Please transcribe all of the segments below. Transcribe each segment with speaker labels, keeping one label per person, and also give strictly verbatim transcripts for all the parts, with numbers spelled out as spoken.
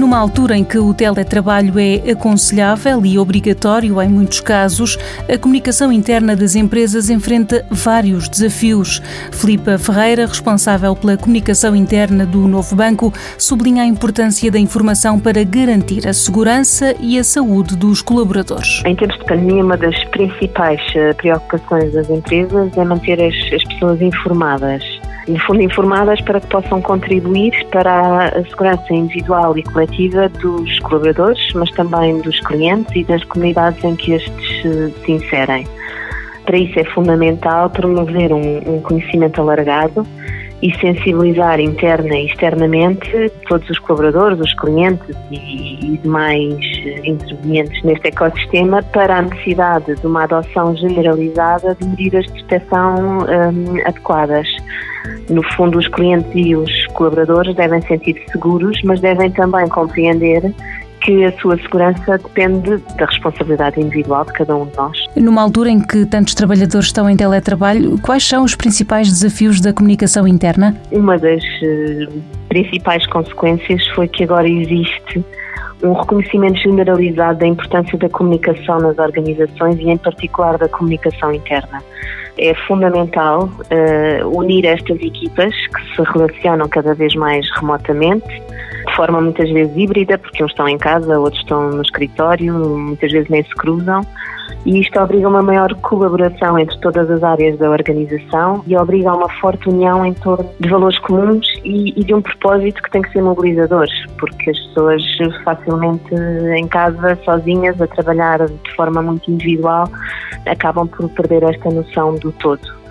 Speaker 1: Numa altura em que o teletrabalho é aconselhável e obrigatório em muitos casos, a comunicação interna das empresas enfrenta vários desafios. Filipa Ferreira, responsável pela comunicação interna do Novo Banco, sublinha a importância da informação para garantir a segurança e a saúde dos colaboradores.
Speaker 2: Em tempos de pandemia, uma das principais preocupações das empresas é manter as, as pessoas informadas. No fundo, informadas para que possam contribuir para a segurança individual e coletiva dos colaboradores, mas também dos clientes e das comunidades em que estes se inserem. Para isso é fundamental promover um, um conhecimento alargado e sensibilizar interna e externamente todos os colaboradores, os clientes e, e demais intervenientes neste ecossistema para a necessidade de uma adoção generalizada de medidas de proteção um, adequadas. No fundo, os clientes e os colaboradores devem sentir-se seguros, mas devem também compreender que a sua segurança depende da responsabilidade individual de cada um de nós.
Speaker 1: Numa altura em que tantos trabalhadores estão em teletrabalho, quais são os principais desafios da comunicação interna?
Speaker 2: Uma das uh, principais consequências foi que agora existe um reconhecimento generalizado da importância da comunicação nas organizações e, em particular, da comunicação interna. É fundamental uh, unir estas equipas que se relacionam cada vez mais remotamente, de forma muitas vezes híbrida, porque uns estão em casa, outros estão no escritório, muitas vezes nem se cruzam, e isto obriga a uma maior colaboração entre todas as áreas da organização e obriga a uma forte união em torno de valores comuns e, e de um propósito que tem que ser mobilizador, porque as pessoas facilmente em casa, sozinhas, a trabalhar de forma muito individual, acabam por perder esta noção do todo.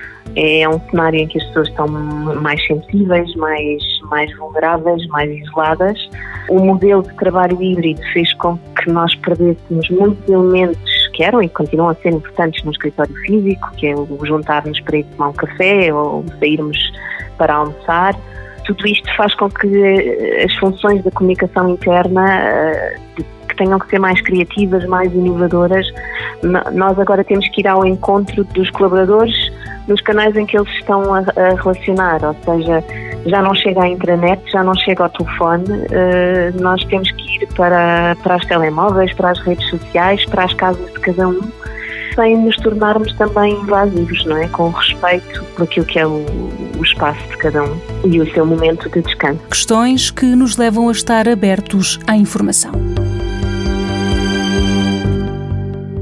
Speaker 2: É um cenário em que as pessoas estão mais sensíveis, mais, mais vulneráveis, mais isoladas. O modelo de trabalho híbrido fez com que nós perdêssemos muitos elementos que eram e continuam a ser importantes no escritório físico, que é o juntar-nos para ir tomar um café ou sairmos para almoçar. Tudo isto faz com que as funções da comunicação interna que tenham que ser mais criativas, mais inovadoras. Nós agora temos que ir ao encontro dos colaboradores nos canais em que eles estão a, a relacionar, ou seja, já não chega à intranet, já não chega ao telefone, uh, nós temos que ir para, para os telemóveis, para as redes sociais, para as casas de cada um, sem nos tornarmos também invasivos, não é? Com respeito por aquilo que é o, o espaço de cada um e o seu momento de descanso.
Speaker 1: Questões que nos levam a estar abertos à informação.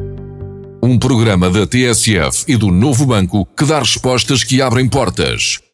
Speaker 3: Um programa da T S F e do Novo Banco que dá respostas que abrem portas.